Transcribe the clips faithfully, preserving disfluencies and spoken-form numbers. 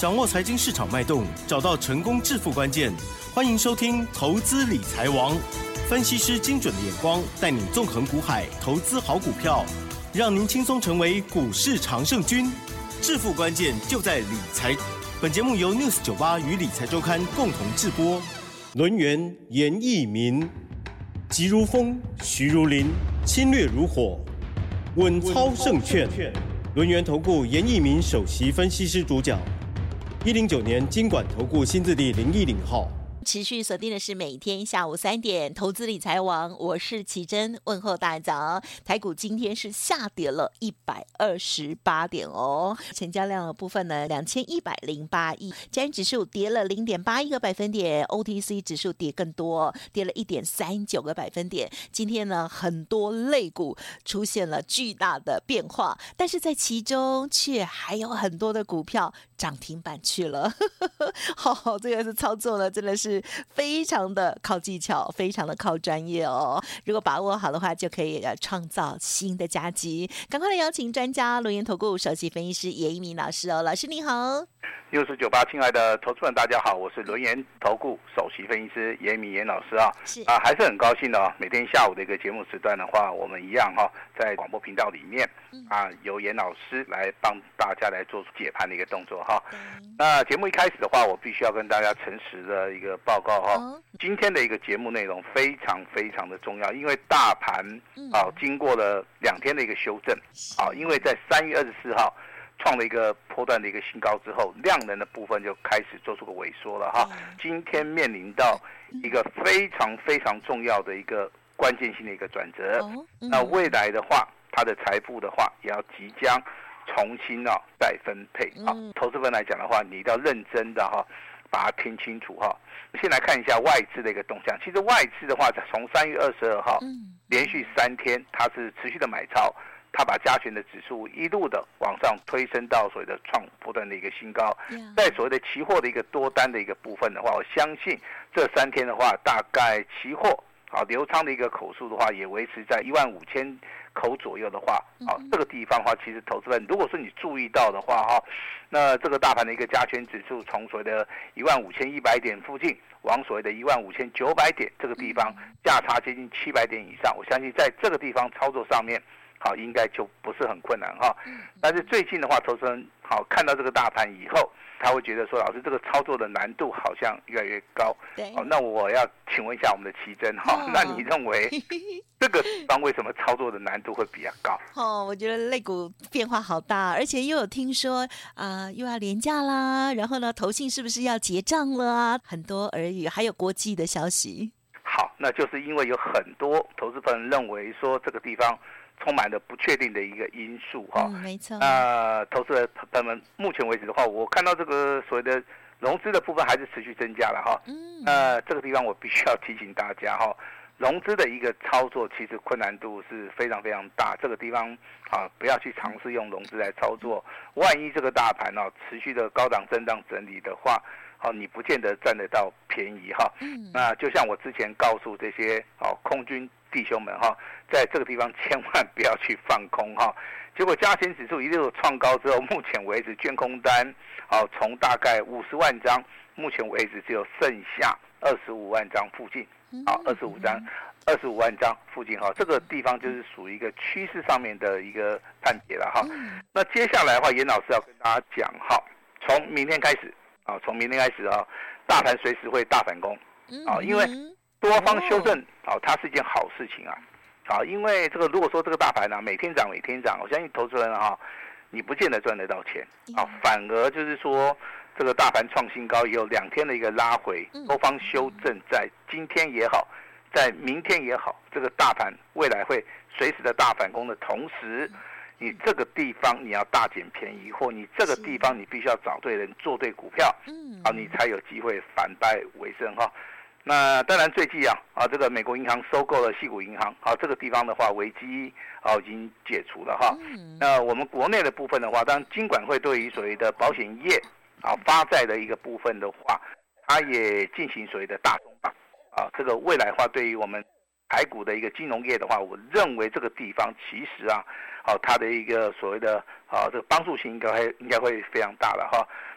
掌握财经市场脉动，找到成功致富关键。欢迎收听《投资理财王》，分析师精准的眼光，带你纵横股海，投资好股票，让您轻松成为股市常胜军。致富关键就在理财。本节目由 News 九十八与理财周刊共同制播。轮源严义民，急如风，徐如林，侵略如火，稳操胜券。轮源投顾严义民首席分析师主讲。一零九年金管投顾新字第零一零号。 持续锁定的是每天下午三点投资理财王，我是奇珍，问候大家早。台股今天是下跌了一百二十八点哦，成交量的部分呢两千一百零八亿，加权指数跌了零点八一个百分点 ，O T C 指数跌更多，跌了一点三九个百分点。今天呢很多类股出现了巨大的变化，但是在其中却还有很多的股票涨停板去了。好，这个是操作呢，真的是非常的靠技巧，非常的靠专业哦。如果把握好的话，就可以呃创造新的佳绩。赶快来邀请专家轮源投顾首席分析师严一鸣老师哦，老师你好。 六四九八，亲爱的投资人，大家好，我是轮源投顾首席分析师严一鸣严老师啊。 是啊，还是很高兴的哦。每天下午的一个节目时段的话，我们一样哈、哦，在广播频道里面、嗯、啊，由严老师来帮大家来做出解盘的一个动作哈、哦。那节目一开始的话，我必须要跟大家诚实的一个报告哈、哦。今天的一个节目内容非常非常的重要，因为大盘啊经过了两天的一个修正啊，因为在三月二十四号。创了一个波段的一个新高之后，量能的部分就开始做出个萎缩了哈。今天面临到一个非常非常重要的一个关键性的一个转折。那未来的话，它的财富的话，也要即将重新啊再分配啊。投资人来讲的话，你一定要认真的哈，把它听清楚哈。先来看一下外资的一个动向。其实外资的话，从三月二十二号连续三天，它是持续的买超。它把加权的指数一路的往上推升到所谓的创波段的一个新高，在所谓的期货的一个多单的一个部分的话，我相信这三天的话，大概期货啊流仓的一个口数的话，也维持在一万五千口左右的话，啊这个地方的话，其实投资人如果说你注意到的话哈，那这个大盘的一个加权指数从所谓的一万五千一百点附近，往所谓的一万五千九百点这个地方价差接近七百点以上，我相信在这个地方操作上面。好，应该就不是很困难哈。但是最近的话，投资人好看到这个大盘以后，他会觉得说，老师这个操作的难度好像越来越高。 对。 好，那我要请问一下我们的奇珍哈，哦、那你认为这个地方为什么操作的难度会比较高？ 哦，我觉得类股变化好大，而且又有听说啊、呃，又要连假啦，然后呢，投信是不是要结账了啊？很多耳语，还有国际的消息。 好，那就是因为有很多投资人认为说这个地方。充满了不确定的一个因素哈、 嗯，没错。 那、呃、投资者朋友们，目前为止的话，我看到这个所谓的融资的部分还是持续增加了哈。嗯。那、呃、这个地方我必须要提醒大家哈，融资的一个操作其实困难度是非常非常大，这个地方啊不要去尝试用融资来操作，万一这个大盘哦持续的高档震荡整理的话。哦，你不见得占得到便宜哈。嗯。那就像我之前告诉这些哦空军弟兄们哈，在这个地方千万不要去放空哈。结果加权指数一路创高之后，目前为止券空单哦从大概五十万张，目前为止只有剩下二十五万张附近。好，二十五张，二十五万张附近哈，这个地方就是属于一个趋势上面的一个判别了哈。那接下来的话，严老师要跟大家讲哈，从明天开始。啊，从明天开始啊，大盘随时会大反攻啊，因为多方修正啊，它是一件好事情啊。啊，因为这个如果说这个大盘啊每天涨每天涨，我相信投资人啊，你不见得赚得到钱啊，反而就是说这个大盘创新高也有两天的一个拉回，多方修正在今天也好，在明天也好，这个大盘未来会随时的大反攻的同时。你这个地方你要大捡便宜，或你这个地方你必须要找对人做对股票，嗯，啊，你才有机会反败为胜哈。那当然最近啊，啊，这个美国银行收购了矽谷银行，啊，这个地方的话危机啊已经解除了哈。嗯、那我们国内的部分的话，当然金管会对于所谓的保险业啊发债的一个部分的话，它也进行所谓的大松绑啊，这个未来的话对于我们台股的一个金融业的话，我认为这个地方其实啊。好、哦，它的一个所谓的啊，这个帮助性应该会应该会非常大了哈。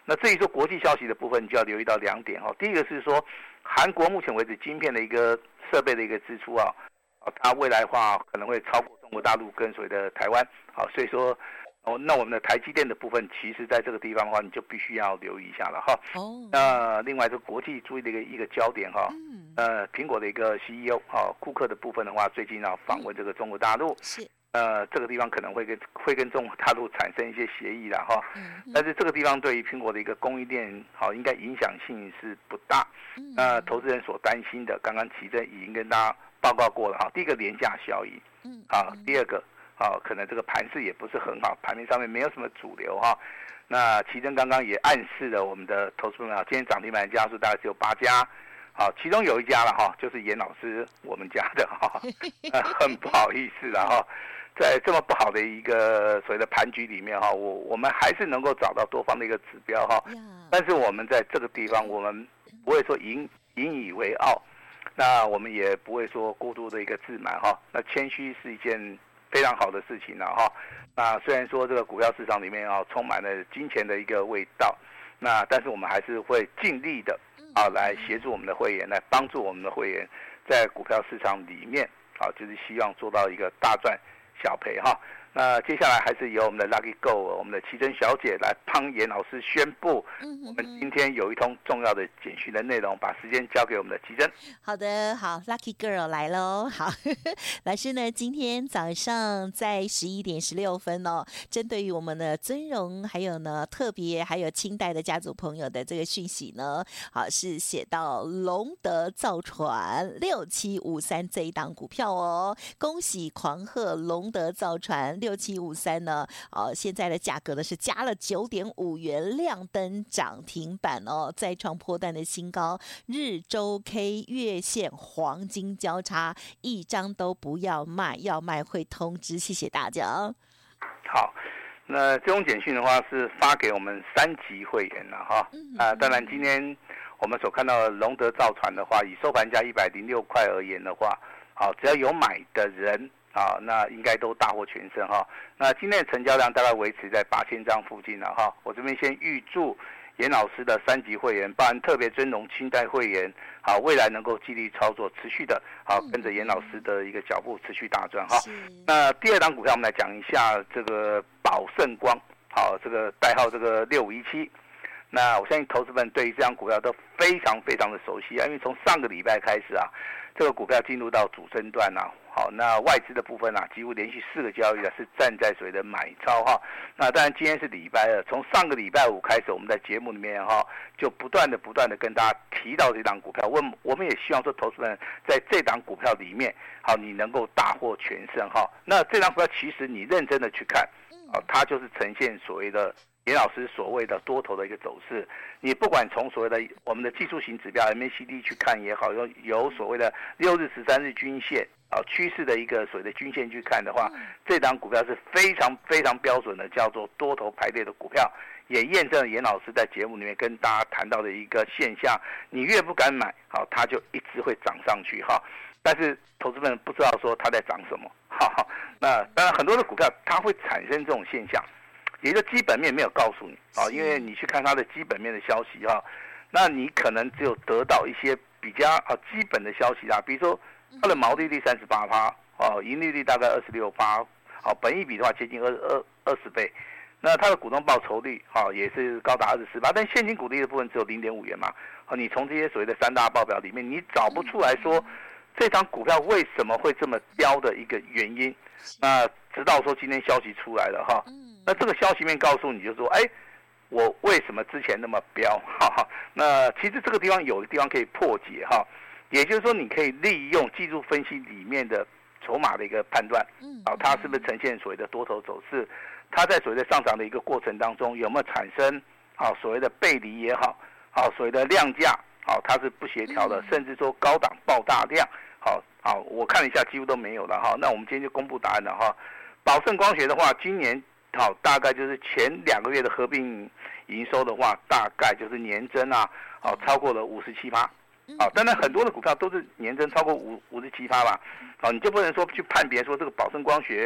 那至于说国际消息的部分，你就要留意到两点哈。第一个是说，韩国目前为止晶片的一个设备的一个支出啊，它未来的话可能会超过中国大陆跟所谓的台湾，好，所以说。哦，那我们的台积电的部分，其实在这个地方的话，你就必须要留意一下了哈。哦。那另外，这国际注意的一个一个焦点哈，嗯、呃，苹果的一个 C E O 哈、哦，库克的部分的话，最近要访问这个中国大陆，是。呃，这个地方可能会跟会跟中国大陆产生一些协议了哈。嗯。但是这个地方对于苹果的一个供应链，好、哦，应该影响性是不大。嗯。那投资人所担心的，刚刚奇珍已经跟大家报告过了哈。第一个廉价效应，嗯。好，第二个。哦，可能这个盘势也不是很好，盘面上面没有什么主流哈。那奇珍刚刚也暗示了我们的投资朋友，今天涨停板家数大概只有八家，好，其中有一家了哈，就是严老师我们家的哈，呃、很不好意思了哈，在这么不好的一个所谓的盘局里面哈，我我们还是能够找到多方的一个指标哈，但是我们在这个地方我们不会说引引以为傲，那我们也不会说过度的一个自满哈，那谦虚是一件非常好的事情了哈。那虽然说这个股票市场里面啊充满了金钱的一个味道，那但是我们还是会尽力的啊来协助我们的会员，来帮助我们的会员在股票市场里面啊，就是希望做到一个大赚小赔哈。那接下来还是由我们的 Lucky Go 我们的奇珍小姐来帮严老师宣布，我们今天有一通重要的简讯的内容，把时间交给我们的奇珍。 好的，好 ，Lucky Girl 来喽。好，老师呢，今天早上在十一点十六分哦，针对于我们的尊荣，还有呢特别还有清代的家族朋友的这个讯息呢，好是写到龙德造船六七五三这一档股票哦，恭喜狂贺龙德造船。六七五三呢，哦，现在的价格呢是加了九点五元，亮灯涨停板哦，再创波段的新高，日周 K 月线黄金交叉，一张都不要卖，要卖会通知，谢谢大家。 好，那这种简讯的话是发给我们三级会员了哈，嗯嗯啊，当然今天我们所看到的龙德造船的话，以收盘价一百零六块而言的话，好，只要有买的人。啊，那应该都大获全胜哈。那今天的成交量大概维持在八千张附近了哈。我这边先预祝严老师的三级会员，包含特别尊荣清代会员，好，未来能够纪律操作，持续的好跟着严老师的一个脚步，持续大赚哈。那第二档股票我们来讲一下这个宝盛光，好，这个代号这个六五一七。那我相信投资们对于这张股票都非常非常的熟悉啊，因为从上个礼拜开始啊，这个股票进入到主升段啊，好，那外资的部分啊，几乎连续四个交易啊是站在所谓的买超哈。那当然今天是礼拜二，从上个礼拜五开始，我们在节目里面哈就不断的不断的跟大家提到这档股票，我我们也希望说投资人在这档股票里面，好，你能够大获全胜哈。那这档股票其实你认真的去看，啊，它就是呈现所谓的严老师所谓的多头的一个走势，你不管从所谓的我们的技术型指标 M A C D 去看也好，有有所谓的六日、十三日均线啊趋势的一个所谓的均线去看的话，这档股票是非常非常标准的，叫做多头排列的股票，也验证了严老师在节目里面跟大家谈到的一个现象：你越不敢买，好，它就一直会涨上去哈。但是投资人不知道说它在涨什么，哈。那当然很多的股票它会产生这种现象。也就基本面没有告诉你啊，因为你去看它的基本面的消息哈，那你可能只有得到一些比较啊基本的消息啦，比如说它的毛利率三十八趴，哦，盈利率大概二十六趴，好，本益比的话接近二二二十倍，那它的股东报酬率哈也是高达二十四趴，但现金股利的部分只有零点五元嘛，好，你从这些所谓的三大报表里面，你找不出来说这张股票为什么会这么飙的一个原因，那直到说今天消息出来了哈。那这个消息面告诉你，就说，哎，我为什么之前那么飙？哈哈，那其实这个地方有的地方可以破解哈，也就是说，你可以利用技术分析里面的筹码的一个判断，啊，它是不是呈现所谓的多头走势？它在所谓的上涨的一个过程当中，有没有产生啊所谓的背离也好，啊所谓的量价，啊它是不协调的，甚至说高档爆大量，好，好，我看了一下，几乎都没有了哈。那我们今天就公布答案了哈。宝盛光学的话，今年好，大概就是前两个月的合并营收的话，大概就是年增啊，好超过了五十七趴，好，当然很多的股票都是年增超过五五十七趴吧，好，你就不能说去判别说这个宝盛光学，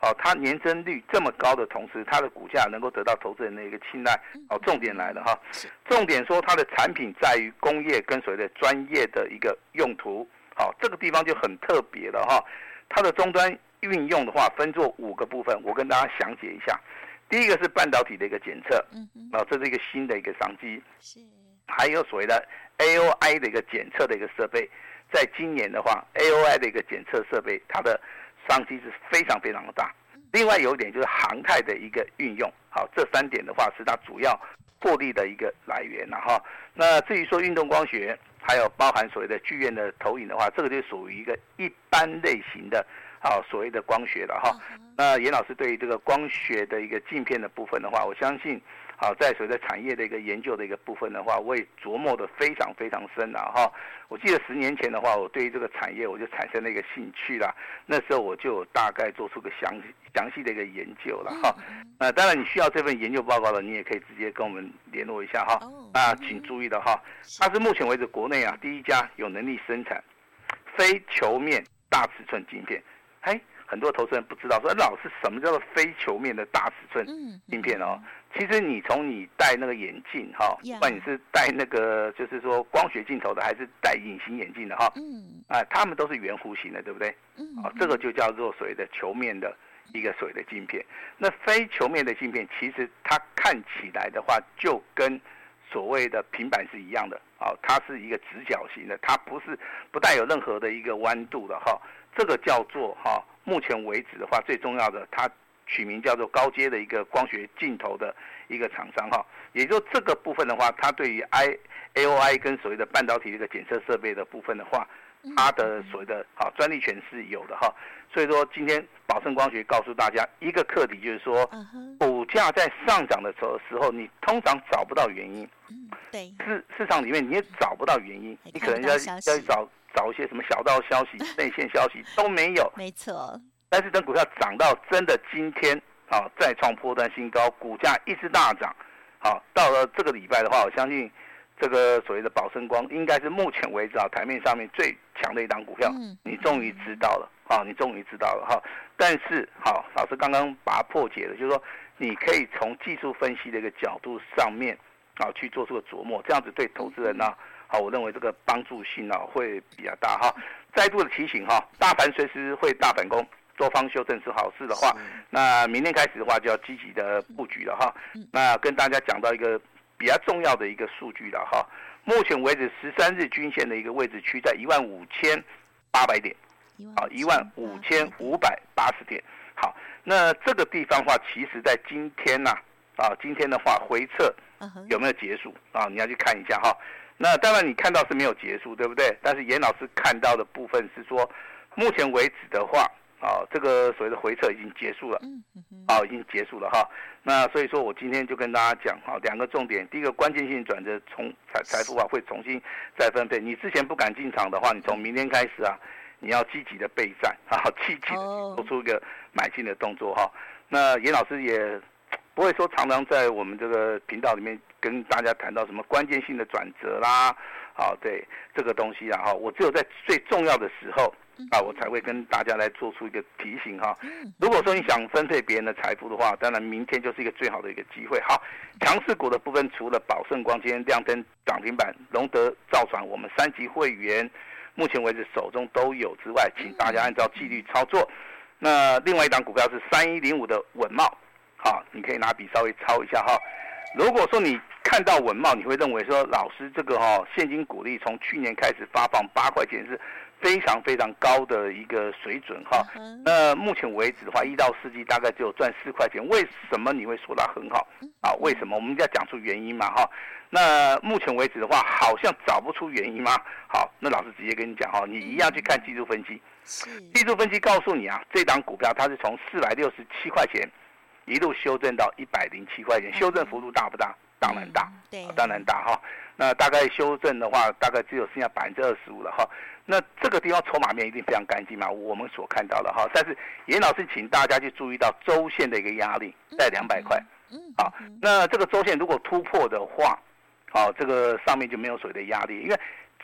哦，它年增率这么高的同时，它的股价能够得到投资人的一个青睐。哦，重点来了哈，重点说它的产品在于工业跟所谓的专业的一个用途。好，这个地方就很特别了哈。它的终端运用的话，分作五个部分，我跟大家详解一下。第一个是半导体的一个检测，啊，这是一个新的一个商机。是。还有所谓的 A O I 的一个检测的一个设备，在今年的话 ，A O I 的一个检测设备，它的商机是非常非常的大。另外有一点就是航太的一个运用，好，这三点的话是它主要获利的一个来源了哈。那至于说运动光学，还有包含所谓的剧院的投影的话，这个就属于一个一般类型的啊所谓的光学了哈。那严老师对于这个光学的一个镜片的部分的话，我相信好在随着产业的一个研究的一个部分的话，我也琢磨的非常非常深了哈。我记得十年前的话，我对于这个产业我就产生了一个兴趣啦。那时候我就大概做出个详详细的一个研究了哈。那、呃、当然你需要这份研究报告的，你也可以直接跟我们联络一下哈。那请注意的哈，它是目前为止国内啊第一家有能力生产非球面大尺寸晶片。哎，很多投资人不知道说，老师什么叫做非球面的大尺寸晶片哦？其实你从你戴那个眼镜哈，不管你是戴那个就是说光学镜头的，还是戴隐形眼镜的哈，啊、呃，它们都是圆弧形的，对不对？啊、哦，这个就叫做所谓的球面的一个所谓的镜片。那非球面的镜片，其实它看起来的话，就跟所谓的平板是一样的啊、哦，它是一个直角形的，它不是不带有任何的一个弯度的哈。这个叫做哈、哦，目前为止的话，最重要的，它取名叫做高阶的一个光学镜头的一个厂商哈。也就这个部分的话，它对于 I A O I 跟所谓的半导体的一个检测设备的部分的话，它的所谓的好专利权是有的哈。所以说，今天宝盛光学告诉大家一个课题，就是说，股价在上涨的时候，你通常找不到原因。嗯，对。市市场里面你也找不到原因，你可能要要找找一些什么小道消息、内线消息都没有。 没错。 但是等股票涨到真的今天啊再创波段新高，股价一直大涨，好，到了这个礼拜的话，我相信这个所谓的宝盛光应该是目前为止啊台面上面最强的一档股票，你终于知道了啊，你终于知道了哈。但是好，老师刚刚把它破解了，就是说你可以从技术分析的一个角度上面啊去做出个琢磨，这样子对投资人呢、啊，好，我认为这个帮助性啊会比较大哈。再度的提醒哈，大盘随时会大反攻。多方修正是好事的话，那明天开始的话就要积极的布局了哈。那跟大家讲到一个比较重要的一个数据了哈。目前为止十三日均线的一个位置区在一万五千八百点，好，一万五千五百八十点。好，那这个地方的话，其实在今天呐、啊，啊，今天的话回撤有没有结束啊？你要去看一下哈。那当然你看到是没有结束，对不对？但是严老师看到的部分是说，目前为止的话。啊，这个所谓的回撤已经结束了，啊，已经结束了哈。那所以说我今天就跟大家讲，啊，两个重点，第一个关键性转折，从财财富啊会重新再分配。你之前不敢进场的话，你从明天开始啊，你要积极的备战，啊，积极的做出一个买进的动作哈。那严老师也不会说常常在我们这个频道里面跟大家谈到什么关键性的转折啦，啊，对这个东西啊哈，我只有在最重要的时候。啊，我才会跟大家来做出一个提醒哈。如果说你想分配别人的财富的话，当然明天就是一个最好的一个机会。好，强势股的部分除了宝盛光今天亮灯涨停板，龙德造船我们三级会员目前为止手中都有之外，请大家按照纪律操作。那另外一档股票是三一零五的稳懋，好，你可以拿笔稍微抄一下哈。如果说你看到稳懋，你会认为说老师这个哈、哦、现金股利从去年开始发放八块钱是非常非常高的一个水准哈。那目前为止的话，一到四季大概只有赚四块钱，为什么你会说它很好啊？为什么？我们要讲出原因嘛哈。那目前为止的话，好像找不出原因吗？好，那老师直接跟你讲哈，你一样去看技术分析。技术分析告诉你啊，这档股票它是从四百六十七块钱一路修正到一百零七块钱，修正幅度大不大？当然大，对，当然大哈。那大概修正的话，大概只有剩下百分之二十五了哈。那这个地方筹码面一定非常干净嘛，我们所看到的哈。但是严老师请大家去注意到周线的一个压力在两百块，好，那这个周线如果突破的话，好，这个上面就没有所谓的压力，因为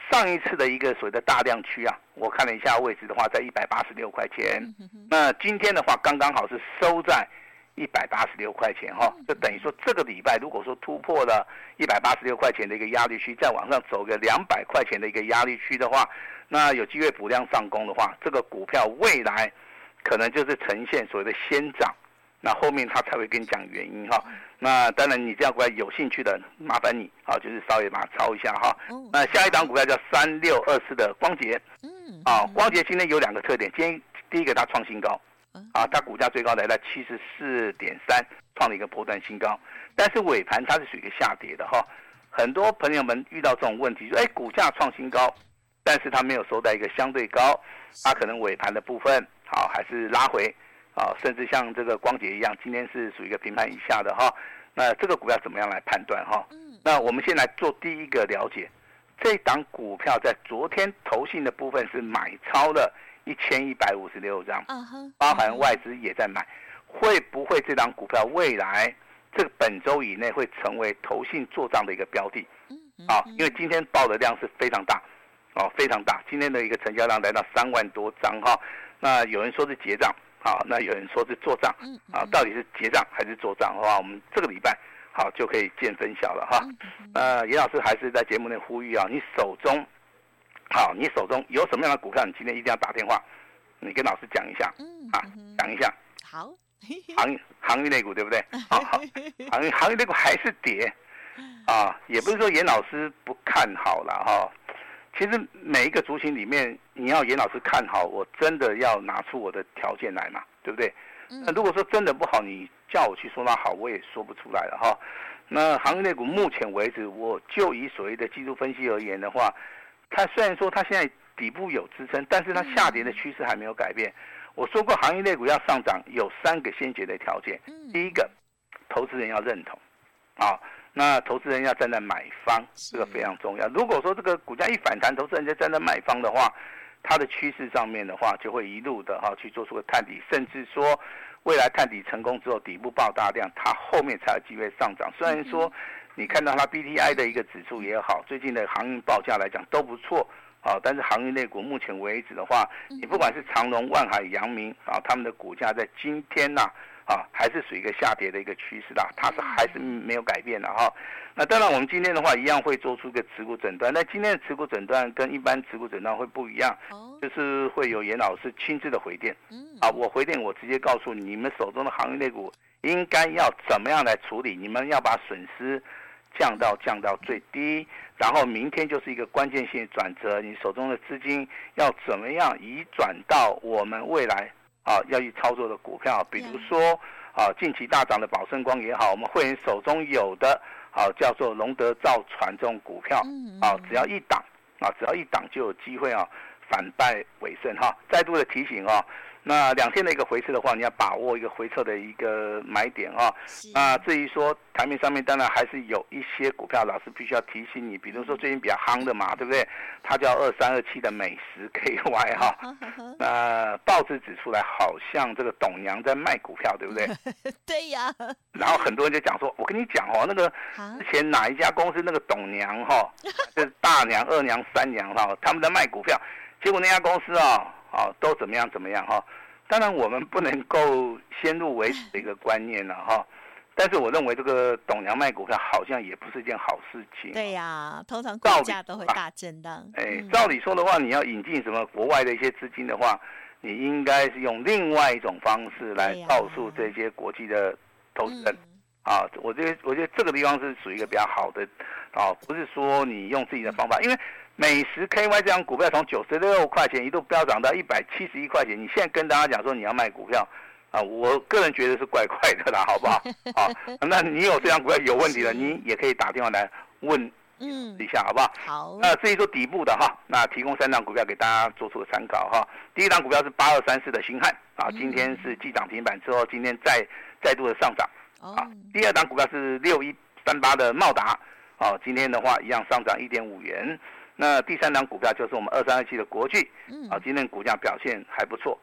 上一次的一个所谓的大量区啊，我看了一下位置的话，在一百八十六块钱。那今天的话，刚刚好是收在一百八十六块钱哈，就等于说这个礼拜如果说突破了一百八十六块钱的一个压力区，再往上走个两百块钱的一个压力区的话，那有机会补量上攻的话，这个股票未来可能就是呈现所谓的先涨。那后面他才会跟你讲原因哈。那当然，你这样股票有兴趣的，麻烦你啊，就是稍微把它抄一下哈。那下一档股票叫三六二四的光捷。嗯。啊，光捷今天有两个特点，今天第一个它创新高，啊，它股价最高来到七十四点三，创了一个波段新高。但是尾盘它是属于一个下跌的哈。很多朋友们遇到这种问题，说哎，股价创新高，但是它没有收在一个相对高，它可能尾盘的部分好还是拉回。啊，甚至像这个光捷一样，今天是属于一个平盘以下的哈。那这个股票怎么样来判断哈？那我们先来做第一个了解，这档股票在昨天投信的部分是买超了一千一百五十六张，包含外资也在买，会不会这档股票未来这个本周以内会成为投信做账的一个标的？啊，因为今天报的量是非常大，哦，非常大，今天的一个成交量来到三万多张哈。那有人说是结账。好，那有人说是做账，啊，到底是结账还是做账的话，我们这个礼拜好就可以见分晓了哈。呃，严老师还是在节目内呼吁啊，你手中，好，你手中有什么样的股票，你今天一定要打电话，你跟老师讲一下，啊，讲一下。 好， 行行业类股对不对？好，好，行业行业类股还是跌，啊，也不是说严老师不看好了哈。其实每一个族群里面，你要严老师看好，我真的要拿出我的条件来嘛，对不对？那如果说真的不好，你叫我去说它好，我也说不出来了哈。那行业类股目前为止，我就以所谓的技术分析而言的话，它虽然说它现在底部有支撑，但是它下跌的趋势还没有改变。我说过，行业类股要上涨有三个先决的条件，第一个，投资人要认同，啊。那投资人要站在买方，这个非常重要。如果说这个股价一反弹，投资人就站在卖方的话，它的趋势上面的话，就会一路的哈去做出个探底，甚至说未来探底成功之后，底部爆大量，它后面才有机会上涨。虽然说你看到它 B T I 的一个指数也好，最近的航运报价来讲都不错啊，但是航运类股目前为止的话，你不管是长荣、万海、阳明啊，他们的股价在今天呐、啊。啊，还是属于一个下跌的一个趋势啦，它是还是没有改变的哈。那当然，我们今天的话一样会做出一个持股诊断。那今天的持股诊断跟一般持股诊断会不一样，就是会有严老师亲自的回电。啊，我回电，我直接告诉你，你们手中的行业类股应该要怎么样来处理，你们要把损失降到降到最低，然后明天就是一个关键性转折，你手中的资金要怎么样移转到我们未来。啊，要去操作的股票，比如说啊，近期大涨的宝盛光也好，我们会员手中有的啊，叫做龙德造船这种股票，啊，只要一档啊，只要一档就有机会啊，反败为胜哈。再度的提醒啊，那两天的一个回撤的话，你要把握一个回撤的一个买点啊。那至于说台面上面，当然还是有一些股票，老师必须要提醒你，比如说最近比较夯的嘛，对不对？它叫二三二七的美食 K Y 哈。那报纸指出来，好像这个董娘在卖股票，对不对？ 对呀。 然后很多人就讲说，我跟你讲哦，那个之前哪一家公司那个董娘哈，就是大娘、二娘、三娘哈，他们在卖股票，结果那家公司啊。好，都怎么样怎么样哈？当然我们不能够先入为主的一个观念了哈。但是我认为这个董娘卖股票好像也不是一件好事情。 对呀、啊，通常股价都会大震荡。哎、 啊嗯，照理说的话，你要引进什么国外的一些资金的话，你应该是用另外一种方式来告诉这些国际的投资人。嗯、啊，我觉得我觉得这个地方是属于一个比较好的啊，不是说你用自己的方法，因为。美食 K Y 这张股票从九十六块钱一度飙涨到一百七十一块钱，你现在跟大家讲说你要卖股票，啊，我个人觉得是怪怪的啦，好不好？啊，那你有这张股票有问题了，你也可以打电话来问一下，好不好？ 好。 那至于说底部的哈，那提供三档股票给大家做出个参考哈。第一档股票是八二三四的星汉啊，今天是继涨停板之后，今天再再度的上涨啊。第二档股票是六一三八的茂达啊，今天的话一样上涨一点五元。那第三档股票就是我们二三二七的国巨，啊，今天股价表现还不错。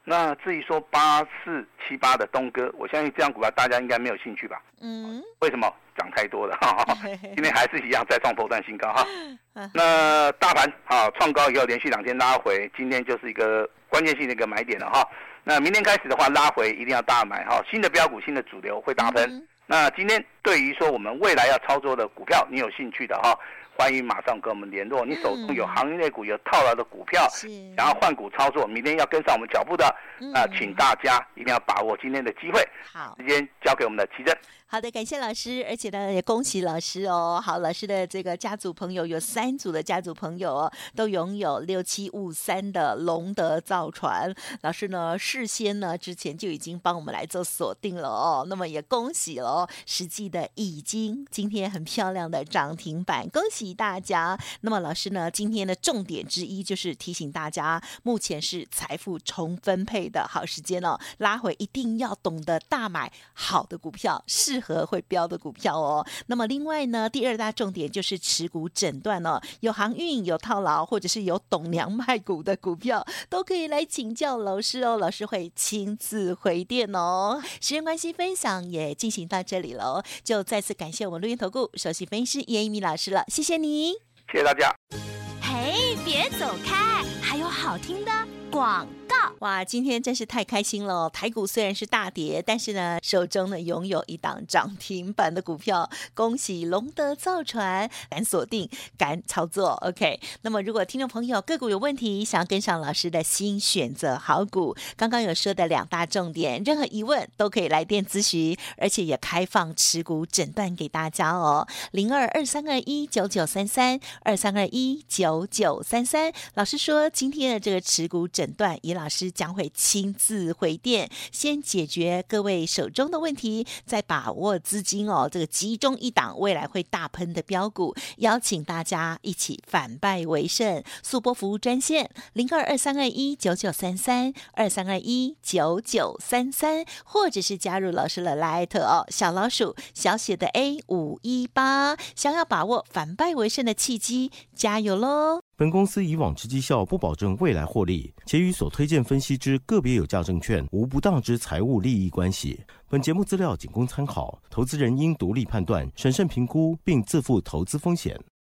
那至于说八四七八的东哥，我相信这样股票大家应该没有兴趣吧？嗯，为什么？涨太多了哈，今天还是一样再创波段新高哈。那大盘啊创高以后连续两天拉回，今天就是一个关键性的一个买点了哈。那明天开始的话拉回一定要大买哈，新的标股、新的主流会大喷。嗯、那今天对于说我们未来要操作的股票，你有兴趣的哈，欢迎马上跟我们联络。你手中有行业类股、有套牢的股票，想要换股操作，明天要跟上我们脚步的，那、呃、请大家一定要把握今天的机会。好，时间交给我们的奇珍。 好的，感谢老师，而且呢也恭喜老师哦。好，老师的这个家族朋友有三组的家族朋友哦，都拥有六七五三的龙德造船。老师呢事先呢之前就已经帮我们来做锁定了哦，那么也恭喜了哦，实际的已经今天很漂亮的涨停板，恭喜大家。那么老师呢今天的重点之一就是提醒大家，目前是财富重分配的好时间哦，拉回一定要懂得大买好的股票，适合会标的股票哦。那么另外呢，第二大重点就是持股诊断哦，有航运、有套牢，或者是有董娘卖股的股票，都可以来请教老师哦，老师会亲自回电哦。时间关系，分享也进行到这里了，就再次感谢我们录音投顾首席分析师叶一鸣老师了，谢谢你， 谢谢大家。 嘿，别走开，还有好听的广告。 哇，今天真是太开心了！台股虽然是大跌，但是呢，手中呢拥有一档涨停板的股票，恭喜龙德造船，敢锁定，敢操作。OK， 那么如果听众朋友个股有问题，想要跟上老师的新选择好股，刚刚有说的两大重点，任何疑问都可以来电咨询，而且也开放持股诊断给大家哦。零二二三二一九九三三二三二一九九三三，老师说今天的这个持股诊断，尹老师将会亲自回电，先解决各位手中的问题，再把握资金哦，这个集中一档未来会大喷的标股，邀请大家一起反败为胜。速播服务专线零二二三二一九九三三二三二一九九三三，或者是加入老师的 Light 哦，小老鼠小写的 A 五一八，想要把握反败为胜的契机，加油喽！ 本公司以往之绩效不保证未来获利，且与所推荐分析之个别有价证券无不当之财务利益关系。本节目资料仅供参考，投资人应独立判断、审慎评估，并自负投资风险。